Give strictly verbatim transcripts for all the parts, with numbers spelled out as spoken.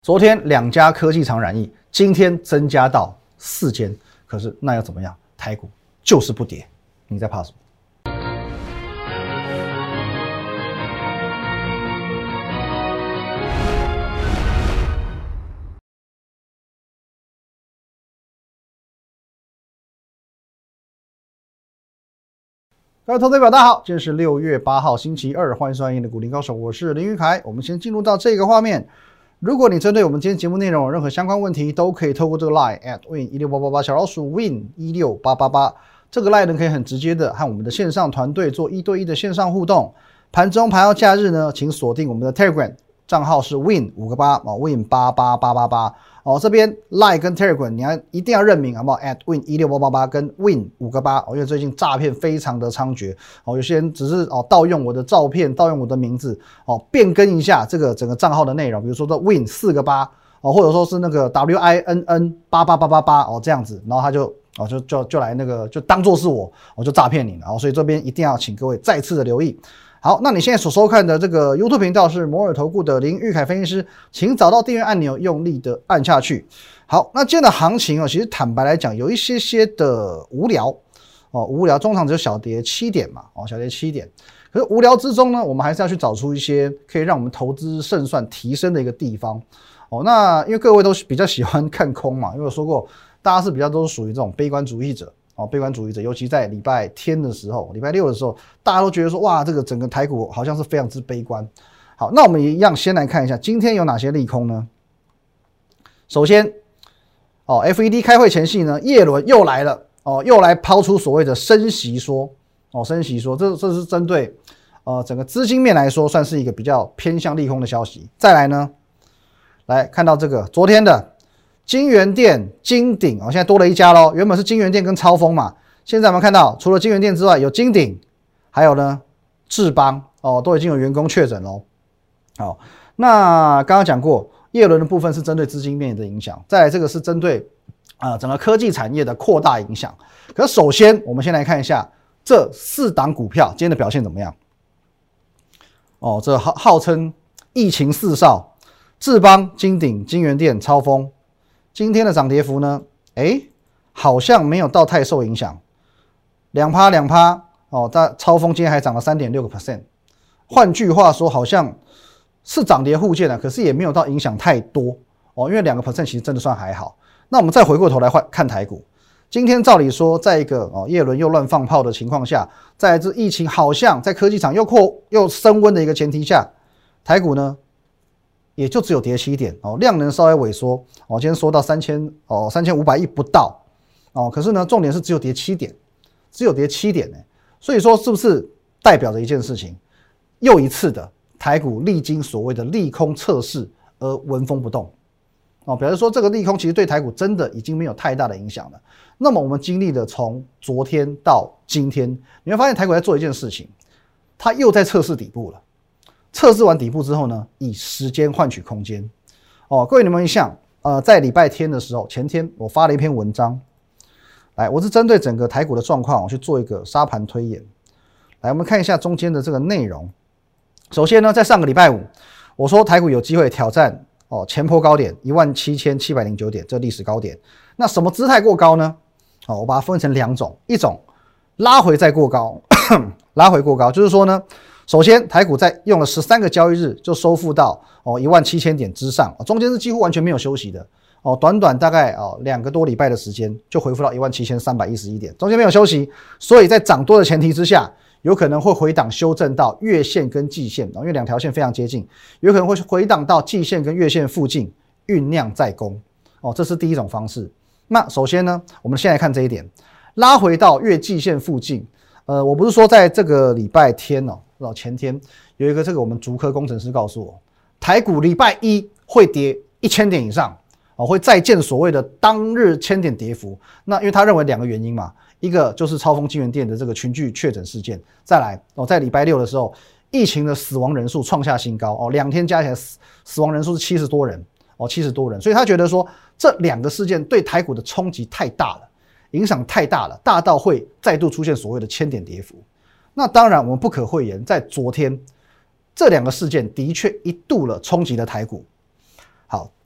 昨天两家科技厂染疫，今天增加到四间，可是那又怎么样？台股就是不跌，你在怕什么？各位投资者大家好，今天是六月八号星期二，欢迎收看《的股林高手》，我是林玉凯。我们先进入到这个画面。如果你针对我们今天节目内容有任何相关问题，都可以透过这个 line at win 一六八八八小老鼠 win 一六八八八这个 line 呢，可以很直接的和我们的线上团队做一对一的线上互动。盘中盘后假日呢，请锁定我们的 Telegram 账号是 win 五个八哦 win 八八八八八哦，这边 line 跟 Telegram 你要一定要认明好不好 ？at win 一六八八八跟 win 五个八哦，因为最近诈骗非常的猖獗哦，有些人只是哦盗用我的照片，盗用我的名字哦，变更一下这个整个账号的内容，比如说这 win 四个八哦，或者说是那个 w i n n 八八八八八哦这样子，然后他就哦就就就来那个就当做是我，我就诈骗你了哦，所以这边一定要请各位再次的留意。好，那你现在所收看的这个 YouTube 频道是摩尔投顾的林玉凯分析师，请找到订阅按钮，用力的按下去。好，那今天的行情哦，其实坦白来讲，有一些些的无聊哦，无聊，中场只有小跌七点嘛，哦，小跌七点。可是无聊之中呢，我们还是要去找出一些可以让我们投资胜算提升的一个地方哦。那因为各位都比较喜欢看空嘛，因为我说过，大家是比较都是属于这种悲观主义者。哦，悲观主义者，尤其在礼拜天的时候，礼拜六的时候，大家都觉得说，哇，这个整个台股好像是非常之悲观。好，那我们一样先来看一下今天有哪些利空呢？首先，哦 ，F E D 开会前夕呢，耶伦又来了，哦，又来抛出所谓的升息说，哦，升息说，这这是针对呃整个资金面来说，算是一个比较偏向利空的消息。再来呢，来看到这个昨天的。金源店、金鼎哦，现在多了一家咯，原本是金源店跟超丰嘛，现在我们看到除了金源店之外，有金鼎，还有呢智邦哦，都已经有员工确诊咯。好，那刚刚讲过，叶伦的部分是针对资金面的影响，再来这个是针对啊、呃、整个科技产业的扩大影响。可是首先，我们先来看一下这四档股票今天的表现怎么样？哦，这号号称疫情四少，智邦、金鼎、金源店、超丰。今天的涨跌幅呢？哎，好像没有到太受影响，两趴两趴哦。但超丰今天还涨了 百分之三点六。换句话说，好像是涨跌互见的，可是也没有到影响太多哦。因为两个 percent 其实真的算还好。那我们再回过头来看台股，今天照理说，在一个哦叶伦又乱放炮的情况下，在这疫情好像在科技厂又扩又升温的一个前提下，台股呢？也就只有跌七点哦，量能稍微萎缩哦，今天缩到三千哦三千五百亿不到哦，可是呢，重点是只有跌七点，只有跌七点呢，所以说是不是代表着一件事情？又一次的台股历经所谓的利空测试而纹风不动哦，表示说这个利空其实对台股真的已经没有太大的影响了。那么我们经历了从昨天到今天，你会发现台股在做一件事情，它又在测试底部了。测试完底部之后呢，以时间换取空间。哦，各位你们一想，呃，在礼拜天的时候，前天我发了一篇文章，来，我是针对整个台股的状况，我去做一个沙盘推演。来，我们看一下中间的这个内容。首先呢，在上个礼拜五，我说台股有机会挑战哦前波高点一万七千七百零九点，这历史高点。那什么姿态过高呢？哦，我把它分成两种，一种拉回再过高，拉回过高，就是说呢。首先，台股在用了十三个交易日就收复到哦一万七千点之上，中间是几乎完全没有休息的哦，短短大概哦两个多礼拜的时间就恢复到一万七千三百一十一点，中间没有休息，所以在涨多的前提之下，有可能会回档修正到月线跟季线，因为两条线非常接近，有可能会回档到季线跟月线附近酝酿再攻哦，这是第一种方式。那首先呢，我们先来看这一点，拉回到月季线附近，呃，我不是说在这个礼拜天哦。前天有一个这个我们竹科工程师告诉我，台股礼拜一会跌一千点以上，哦，会再见所谓的当日千点跌幅。那因为他认为两个原因嘛，一个就是超丰金源店的这个群聚确诊事件，再来哦，在礼拜六的时候，疫情的死亡人数创下新高哦，两天加起来死死亡人数是七十多人哦，七十多人，所以他觉得说这两个事件对台股的冲击太大了，影响太大了，大到会再度出现所谓的千点跌幅。那当然，我们不可讳言，在昨天这两个事件的确一度了冲击了台股。好，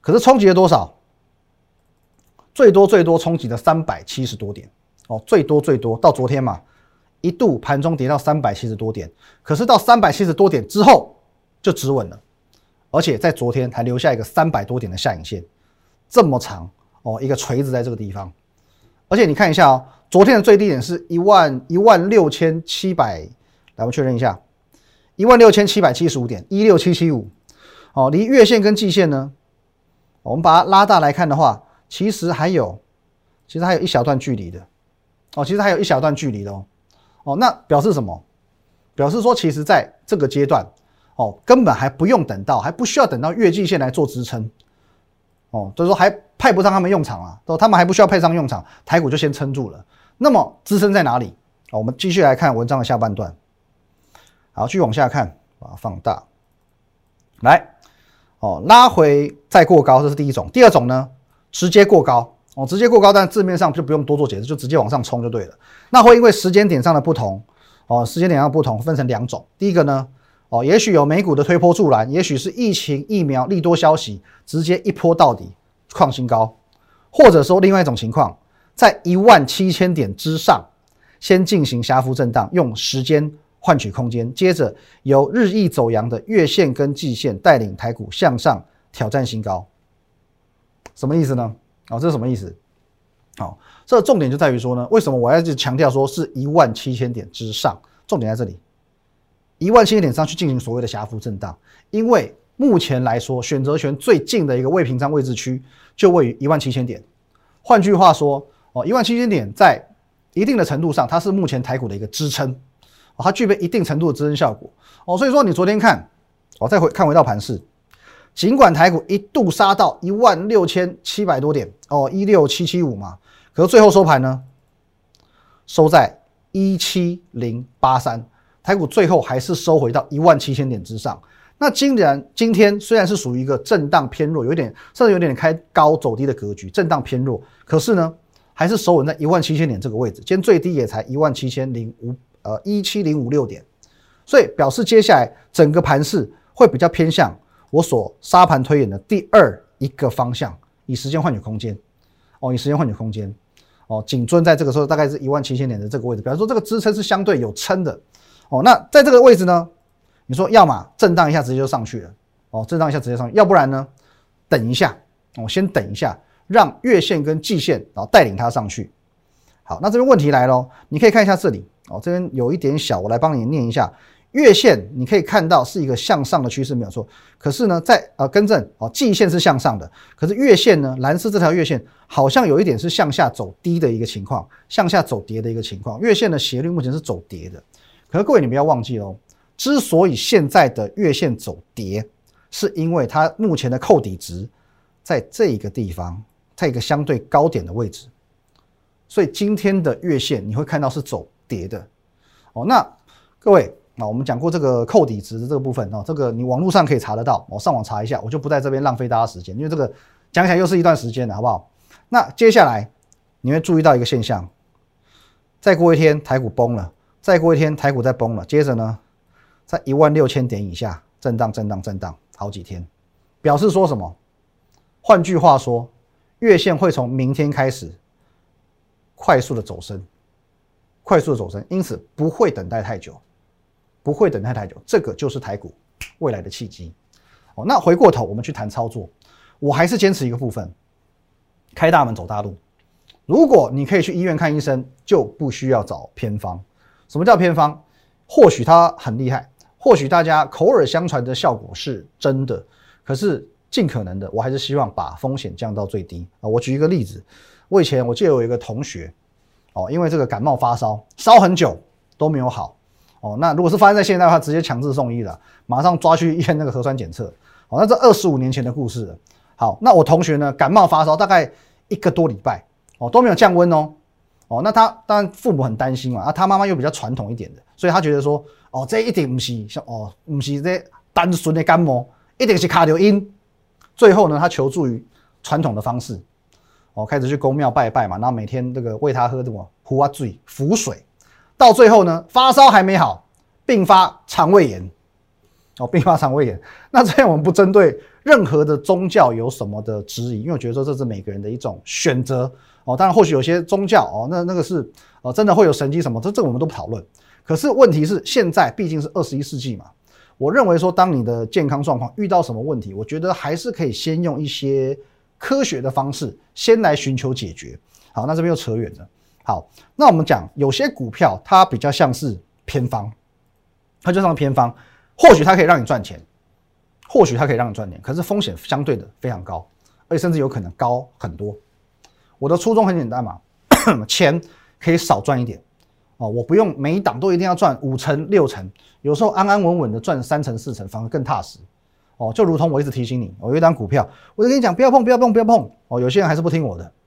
可是冲击了多少？最多最多冲击了三百七十多点哦，最多最多到昨天嘛，一度盘中跌到三百七十多点，可是到三百七十多点之后就止稳了，而且在昨天还留下一个三百多点的下影线，这么长哦，一个锤子在这个地方，而且你看一下哦，昨天的最低点是一万一万六千七百，来我们确认一下，一万六千七百七十五点，一六七七五，哦，离月线跟季线呢，我们把它拉大来看的话。其实还有，其实还有一小段距离的，哦，其实还有一小段距离的哦，哦，那表示什么？表示说，其实在这个阶段，哦，根本还不用等到，还不需要等到月季线来做支撑，哦，就是说还派不上他们用场啊，都他们还不需要派上用场，台股就先撑住了。那么支撑在哪里？哦，我们继续来看文章的下半段，好，继续往下看，把它放大，来，哦，拉回再过高，这是第一种，第二种呢？直接过高哦，直接过高，但字面上就不用多做解释，就直接往上冲就对了。那会因为时间点上的不同哦，时间点上的不同，分成两种。第一个呢，哦，也许有美股的推波助澜，也许是疫情疫苗利多消息直接一波到底创新高，或者说另外一种情况，在一万七千点之上先进行狭幅震荡，用时间换取空间，接着由日益走阳的月线跟季线带领台股向上挑战新高。什么意思呢？哦，这是什么意思？哦，这个重点就在于说呢，为什么我要一直强调说是一万七千点之上？重点在这里，一万七千点上去进行所谓的狭幅震荡，因为目前来说，选择权最近的一个未平仓位置区就位于一万七千点。换句话说，哦，一万七千点在一定的程度上，它是目前台股的一个支撑，哦，它具备一定程度的支撑效果。哦，所以说你昨天看，哦，再回看回到盘势。尽管台股一度杀到一万六千七百多点哦，一六七七五嘛，可是最后收盘呢，收在一七零八三，台股最后还是收回到一万七千点之上。那今然今天虽然是属于一个震荡偏弱，有点甚至有点开高走低的格局，震荡偏弱，可是呢，还是守稳在一万七千点这个位置，今天最低也才一万七千零五呃一七零五六点，所以表示接下来整个盘势会比较偏向。我所沙盘推演的第二一个方向，以时间换取空间，哦，以时间换取空间，哦，谨遵在这个时候大概是一万七千点的这个位置，表示说这个支撑是相对有撑的，哦，那在这个位置呢，你说要么震荡一下直接就上去了，哦，震荡一下直接上去，要不然呢，等一下，哦，先等一下，让月线跟季线然后带领它上去。好，那这边问题来咯，你可以看一下这里，哦，这边有一点小，我来帮你念一下。月线你可以看到是一个向上的趋势没有错，可是呢，在呃更正哦，季线是向上的，可是月线呢，蓝色这条月线好像有一点是向下走低的一个情况，向下走跌的一个情况。月线的斜率目前是走跌的，可是各位你不要忘记哦，之所以现在的月线走跌，是因为它目前的扣底值在这一个地方，在一个相对高点的位置，所以今天的月线你会看到是走跌的哦。那各位。那我们讲过这个扣底值的这个部分哦，这个你网络上可以查得到，我上网查一下，我就不在这边浪费大家时间，因为这个讲起来又是一段时间了，好不好？那接下来你会注意到一个现象，再过一天台股崩了，再过一天台股再崩了，接着呢，在一万六千点以下震荡、震荡、震荡好几天，表示说什么？换句话说，月线会从明天开始快速的走升，快速的走升，因此不会等待太久。不会等待太久，这个就是台股未来的契机。哦，那回过头我们去谈操作，我还是坚持一个部分，开大门走大路。如果你可以去医院看医生，就不需要找偏方。什么叫偏方？或许它很厉害，或许大家口耳相传的效果是真的，可是尽可能的，我还是希望把风险降到最低啊。我举一个例子，我以前我记得有一个同学，哦，因为这个感冒发烧，烧很久都没有好。哦，那如果是发生在现在的话，直接强制送医了，马上抓去验那个核酸检测。哦，那这二十五年前的故事了。好，那我同学呢，感冒发烧大概一个多礼拜，哦都没有降温哦。哦，那他当然父母很担心嘛，啊，他妈妈又比较传统一点的，所以他觉得说，哦，这一定不是像哦，不是这单纯的感冒，一定是卡到阴。最后呢，他求助于传统的方式，哦，开始去宫庙拜拜嘛，然后每天这个喂他喝什么胡啊水、符水。到最后呢，发烧还没好，并发肠胃炎， 哦，并发肠胃炎。那这样我们不针对任何的宗教有什么的质疑，因为我觉得说这是每个人的一种选择哦。当然，或许有些宗教哦，那那个是呃真的会有神迹什么，这这个我们都不讨论。可是问题是，现在毕竟是二十一世纪嘛，我认为说，当你的健康状况遇到什么问题，我觉得还是可以先用一些科学的方式先来寻求解决。好，那这边又扯远了。好，那我们讲有些股票它比较像是偏方，它就像偏方，或许它可以让你赚钱，或许它可以让你赚钱，可是风险相对的非常高，而且甚至有可能高很多。我的初衷很简单嘛，钱可以少赚一点哦，我不用每一档都一定要赚五成六成，有时候安安稳稳的赚三成四成反而更踏实哦。就如同我一直提醒你，我有一档股票，我就跟你讲不要碰不要碰不要碰哦，有些人还是不听我的。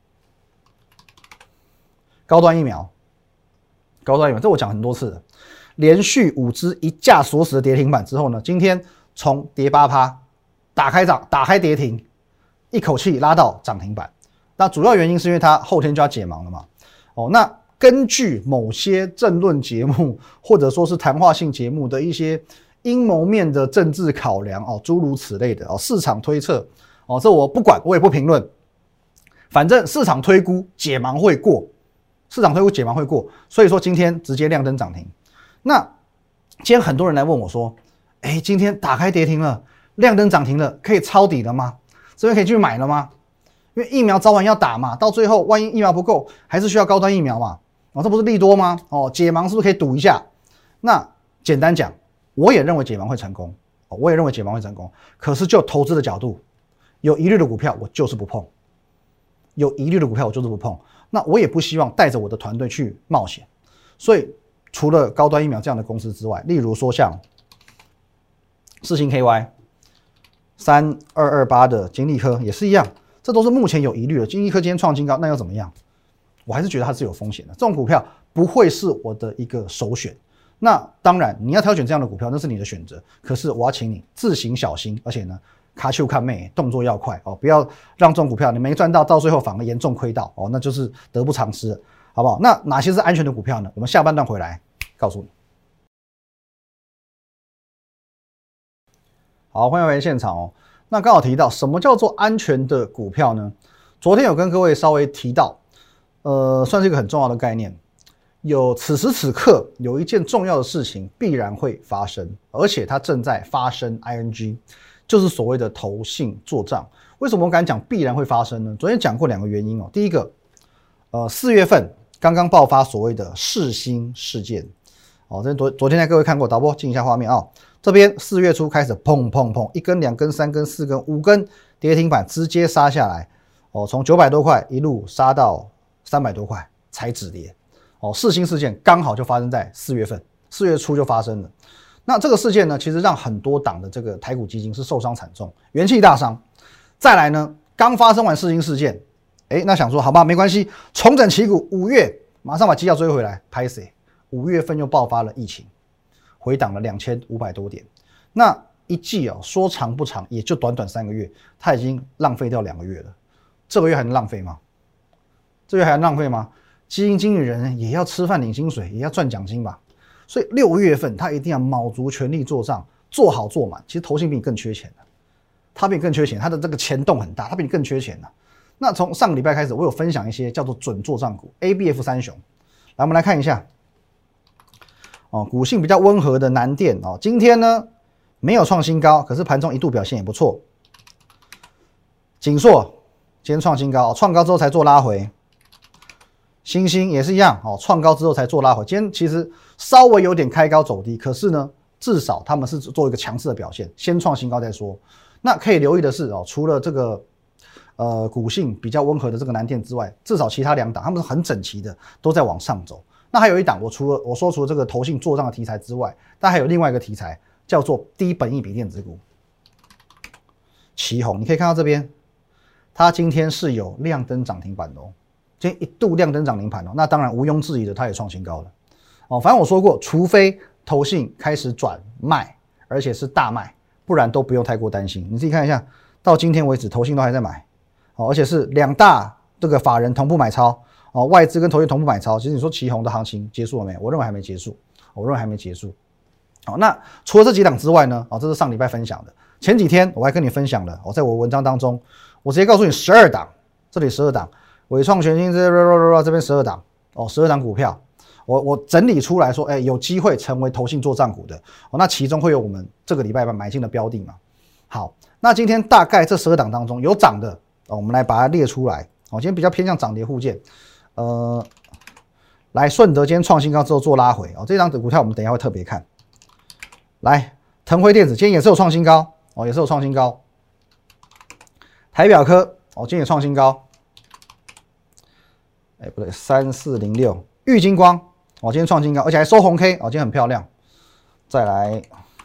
高端疫苗，高端疫苗，这我讲很多次了。连续五只一价锁死的跌停板之后呢，今天从跌 百分之八 打开涨，打开跌停，一口气拉到涨停板。那主要原因是因为它后天就要解盲了嘛。哦，那根据某些政论节目或者说是谈话性节目的一些阴谋面的政治考量哦，诸如此类的哦，市场推测哦，这我不管，我也不评论。反正市场推估解盲会过。市场推估解盲会过，所以说今天直接亮灯涨停。那今天很多人来问我说：“哎，今天打开跌停了，亮灯涨停了，可以抄底了吗？这边可以去买了吗？”因为疫苗早晚要打嘛，到最后万一疫苗不够，还是需要高端疫苗嘛。哦，这不是利多吗？哦，解盲是不是可以赌一下？那简单讲，我也认为解盲会成功，哦，我也认为解盲会成功。可是就投资的角度，有疑虑的股票我就是不碰，有疑虑的股票我就是不碰。那我也不希望带着我的团队去冒险，所以除了高端疫苗这样的公司之外，例如说像世芯 K Y 三二二八的金利科也是一样，这都是目前有疑虑的。金利科今天创新高，那又怎么样？我还是觉得它是有风险的，这种股票不会是我的一个首选。那当然你要挑选这样的股票，那是你的选择，可是我要请你自行小心，而且呢卡丘看妹，动作要快哦，不要让这种股票你没赚到，到最后反而严重亏到哦，那就是得不偿失了，好不好？那哪些是安全的股票呢？我们下半段回来告诉你。好，欢迎回来现场哦。那刚好提到什么叫做安全的股票呢？昨天有跟各位稍微提到，呃，算是一个很重要的概念。有此时此刻有一件重要的事情必然会发生，而且它正在发生 I N G。就是所谓的投信做账，为什么我敢讲必然会发生呢？昨天讲过两个原因哦。第一个，呃，四月份刚刚爆发所谓的世芯事件，哦，这昨昨天在各位看过，导播进一下画面啊、哦。这边四月初开始砰砰砰，一根、两根、三根、四根、五根跌停板直接杀下来，哦，从九百多块一路杀到三百多块才止跌，哦，世芯事件刚好就发生在四月份，四月初就发生了。那这个事件呢，其实让很多档的这个台股基金是受伤惨重，元气大伤。再来呢，刚发生完世芯事件，哎，那想说好吧，没关系，重整旗鼓，五月马上把绩效追回来，拍谁？五月份又爆发了疫情，回档了两千五百多点。那一季哦，说长不长，也就短短三个月，它已经浪费掉两个月了。这个月还能浪费吗？这个月还能浪费吗？基金经理人也要吃饭领薪水，也要赚奖金吧。所以六月份他一定要卯足全力做账，做好做满。其实投信比你更缺钱的，他比你更缺钱，他的这个钱洞很大，他比你更缺钱的。那从上个礼拜开始，我有分享一些叫做准做账股 A B F 三雄。来，我们来看一下，哦，股性比较温和的南电哦，今天呢没有创新高，可是盘中一度表现也不错。景硕今天创新高，创高之后才做拉回。星星也是一样哦，创高之后才做拉回。今天其实稍微有点开高走低，可是呢，至少他们是做一个强势的表现，先创新高再说。那可以留意的是哦，除了这个呃股性比较温和的这个南电之外，至少其他两档他们是很整齐的，都在往上走。那还有一档，我除了我说除了这个投信做账的题材之外，但还有另外一个题材叫做低本益比电子股，奇鋐，你可以看到这边，它今天是有亮灯涨停板的哦。今天一度亮灯涨停板哦，那当然毋庸置疑的，它也创新高了哦。反正我说过，除非投信开始转卖，而且是大卖，不然都不用太过担心。你自己看一下，到今天为止，投信都还在买哦，而且是两大这个法人同步买超哦，外资跟投信同步买超。其实你说奇鋐的行情结束了没有？我认为还没结束，我认为还没结束。 好，那除了这几档之外呢，哦，这是上礼拜分享的。前几天我还跟你分享了，我在我文章当中，我直接告诉你十二档，这里十二档，伟创全新这这边十二档，哦，十二档股票，我我整理出来说，哎，有机会成为投信作战股的，哦，那其中会有我们这个礼拜买进的标的嘛。好，那今天大概这十二档当中有涨的，哦，我们来把它列出来。哦，今天比较偏向涨跌互见，呃，来顺德今天创新高之后做拉回，哦，这张股票我们等一下会特别看。来，腾辉电子今天也是有创新高，哦，也是有创新高。台表科，哦，今天也创新高。哎，不对，三四零六，玉晶光，哦，今天创新高，而且还收红 K， 哦，今天很漂亮。再来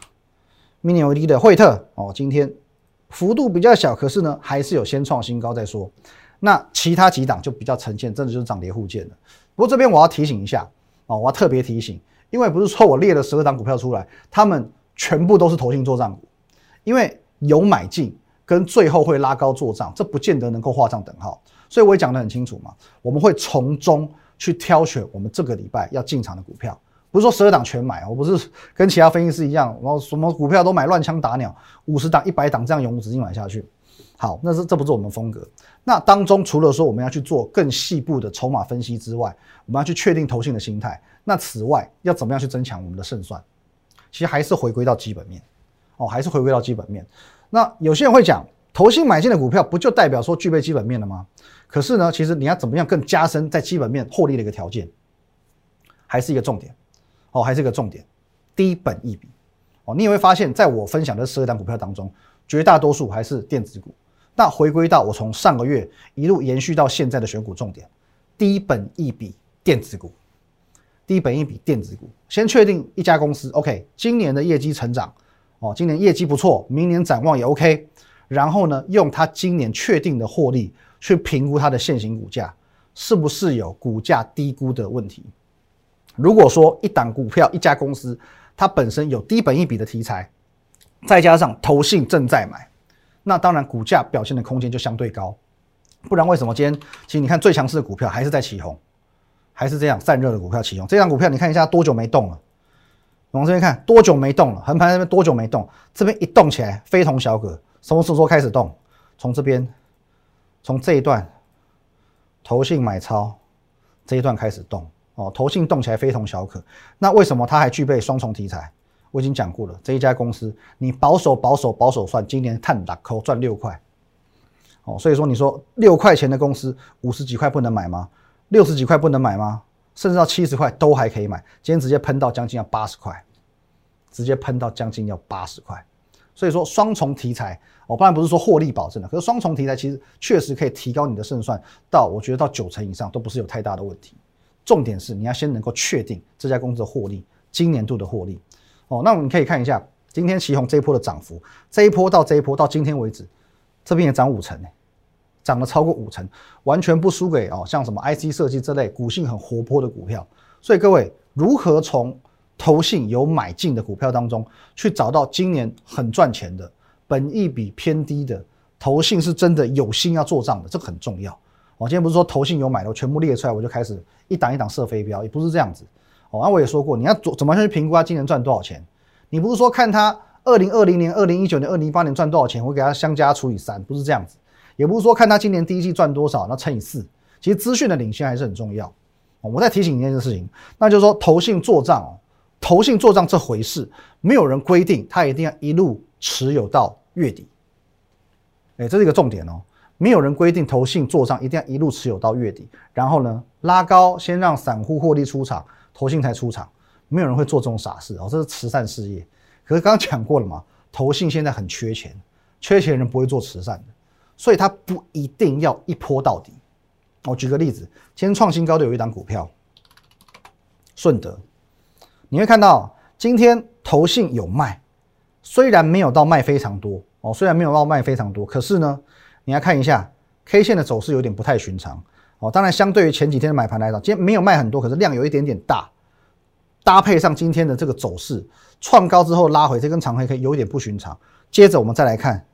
，mini L E D 的惠特，哦，今天幅度比较小，可是呢，还是有先创新高再说。那其他几档就比较呈现，真的就是涨跌互见了。不过这边我要提醒一下，哦，我要特别提醒，因为不是说我列了十二档股票出来，他们全部都是投信作战股，因为有买进跟最后会拉高做账，这不见得能够画上等号。所以我也讲得很清楚嘛，我们会从中去挑选我们这个礼拜要进场的股票，不是说十二档全买，我不是跟其他分析师一样，然后什么股票都买乱枪打鸟，五十档、一百档这样永无止境买下去。好，那是这不是我们风格。那当中除了说我们要去做更细部的筹码分析之外，我们要去确定投信的心态。那此外，要怎么样去增强我们的胜算？其实还是回归到基本面，哦，还是回归到基本面。那有些人会讲，投信买进的股票不就代表说具备基本面了吗？可是呢，其实你要怎么样更加深在基本面获利的一个条件，还是一个重点，哦，还是一个重点，低本益比。哦，你也会发现，在我分享的十二档股票当中，绝大多数还是电子股。那回归到我从上个月一路延续到现在的选股重点，低本益比电子股，低本益比电子股，先确定一家公司 ，OK， 今年的业绩成长，哦，今年业绩不错，明年展望也 OK， 然后呢，用它今年确定的获利去评估它的现行股价是不是有股价低估的问题。如果说一档股票一家公司它本身有低本益比的题材，再加上投信正在买，那当然股价表现的空间就相对高。不然为什么今天其实你看最强势的股票还是在起红，还是这样散热的股票起红。这张股票你看一下多久没动了，往这边看多久没动了，横盘这边多久没动，这边一动起来非同小可。什么时候开始动？从这边，从这一段投信买超这一段开始动，哦，投信动起来非同小可。那为什么它还具备双重题材？我已经讲过了，这一家公司你保守保守保守算，今年探打扣赚六块，哦，所以说你说六块钱的公司五十几块不能买吗？六十几块不能买吗？甚至到七十块都还可以买，今天直接喷到将近要八十块，直接喷到将近要八十块。所以说双重题材，我、哦、当然不是说获利保证的，可是双重题材其实确实可以提高你的胜算到，我觉得到九成以上都不是有太大的问题。重点是你要先能够确定这家公司的获利，今年度的获利。哦，那我们可以看一下今天奇鋐这一波的涨幅，这一波到这一波到今天为止，这边也涨五成呢，涨了超过五成，完全不输给哦像什么 I C 设计这类股性很活泼的股票。所以各位如何从投信有买进的股票当中去找到今年很赚钱的、本益比偏低的、投信是真的有心要做账的，这个很重要。哦，今天不是说投信有买的，我全部列出来，我就开始一档一档射飞镖，也不是这样子。哦，那我也说过，你要怎么去评估它今年赚多少钱？你不是说看它二零二零年、二零一九年、二零一八年赚多少钱，我给它相加除以三，不是这样子。也不是说看它今年第一季赚多少，那乘以四。其实资讯的领先还是很重要。哦，我再提醒你一件事情，那就是说投信做账哦，投信做账这回事，没有人规定它一定要一路持有到月底。哎，这是一个重点哦。没有人规定投信做账一定要一路持有到月底，然后呢拉高，先让散户获利出场，投信才出场。没有人会做这种傻事哦，这是慈善事业。可是刚刚讲过了嘛，投信现在很缺钱，缺钱人不会做慈善的，所以他不一定要一波到底。我举个例子，今天创新高的有一档股票，顺德，你会看到今天投信有卖，虽然没有到卖非常多哦，虽然没有到卖非常多，可是呢，你要看一下 K 线的走势有点不太寻常哦。当然，相对于前几天的买盘来讲，今天没有卖很多，可是量有一点点大。搭配上今天的这个走势，创高之后拉回，这根长黑 K 有一点不寻常。接着我们再来看，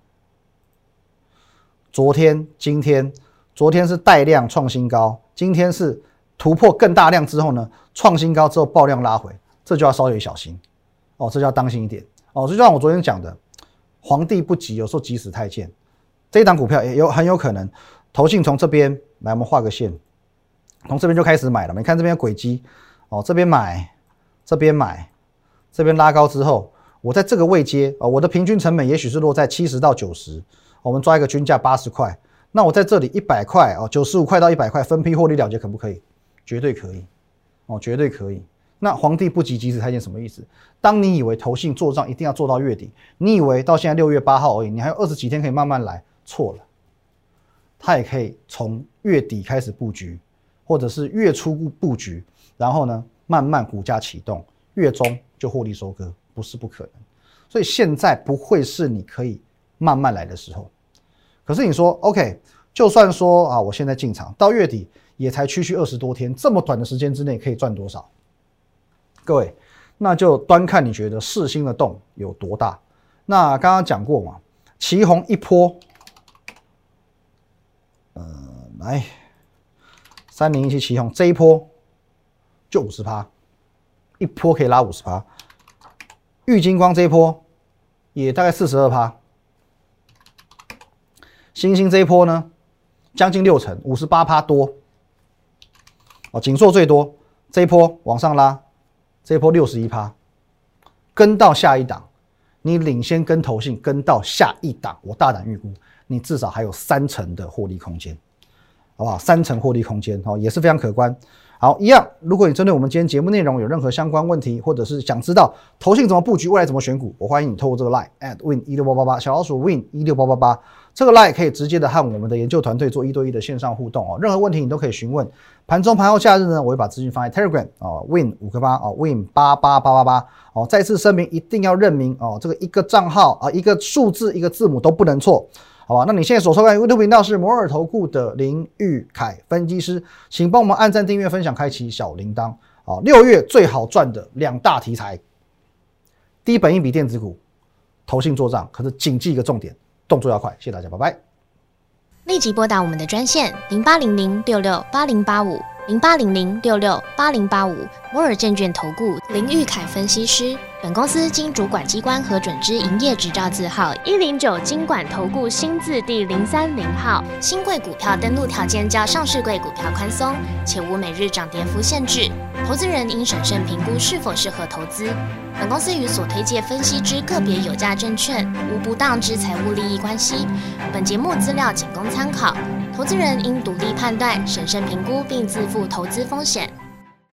昨天、今天，昨天是带量创新高，今天是突破更大量之后呢，创新高之后爆量拉回，这就要稍微小心哦，这就要当心一点哦。就像我昨天讲的，皇帝不急，有时候急死太监。这一档股票也有很有可能，投信从这边来，我们画个线，从这边就开始买了。你看这边轨迹哦，这边买，这边买，这边拉高之后，我在这个位阶哦，我的平均成本也许是落在七十到九十，我们抓一个均价八十块。那我在这里一百块哦，九十五块到一百块分批获利了结，可不可以？绝对可以哦，绝对可以。那皇帝不急急死太监什么意思？当你以为投信做账一定要做到月底，你以为到现在六月八号而已，你还有二十几天可以慢慢来，错了。他也可以从月底开始布局，或者是月初布局，然后呢慢慢股价启动，月中就获利收割，不是不可能。所以现在不会是你可以慢慢来的时候。可是你说 OK， 就算说啊，我现在进场到月底也才区区二十多天，这么短的时间之内可以赚多少？各位，那就端看你觉得世芯的洞有多大。那刚刚讲过嘛，旗宏一波，呃，来三零一七旗宏这一波就 百分之五十， 一波可以拉 百分之五十。玉晶光这一波也大概 百分之四十二。星星这一波呢，将近六成， 百分之五十八 多。哦，景硕最多，这一波往上拉，这一波 百分之六十一， 跟到下一档，你领先跟投信跟到下一档，我大胆预估，你至少还有三成的获利空间，好不好？三成获利空间哦，也是非常可观。好，一样，如果你针对我们今天节目内容有任何相关问题，或者是想知道投信怎么布局，未来怎么选股，我欢迎你透过这个 line at win 一六八八八 小老鼠 win 一六八八八，这个 line 可以直接的和我们的研究团队做一对一的线上互动哦，任何问题你都可以询问。盘中盘后假日呢，我会把资讯放在 Telegram 哦 ，win 五个八哦 ，win 八八八八八哦，再次声明一定要认明哦，这个一个账号啊，一个数字一个字母都不能错。好吧，那你现在所收看 YouTube 频道是摩尔投顾的林玉凯分析师，请帮我们按赞、订阅、分享、开启小铃铛。好，六月最好赚的两大题材，低本益比电子股，投信做账，可是谨记一个重点，动作要快。谢谢大家，拜拜。 立即拨打我们的专线零八零零六六八零八五零八零零六六八零八五摩尔证券投顾林玉凯分析师。本公司经主管机关核准之营业执照字号一零九金管投顾新字第零三零号。新贵股票登录条件较上市贵股票宽松，且无每日涨跌幅限制。投资人应审慎评估是否适合投资。本公司与所推介分析之个别有价证券无不当之财务利益关系。本节目资料仅供参考，投资人应独立判断、审慎评估并自负投资风险。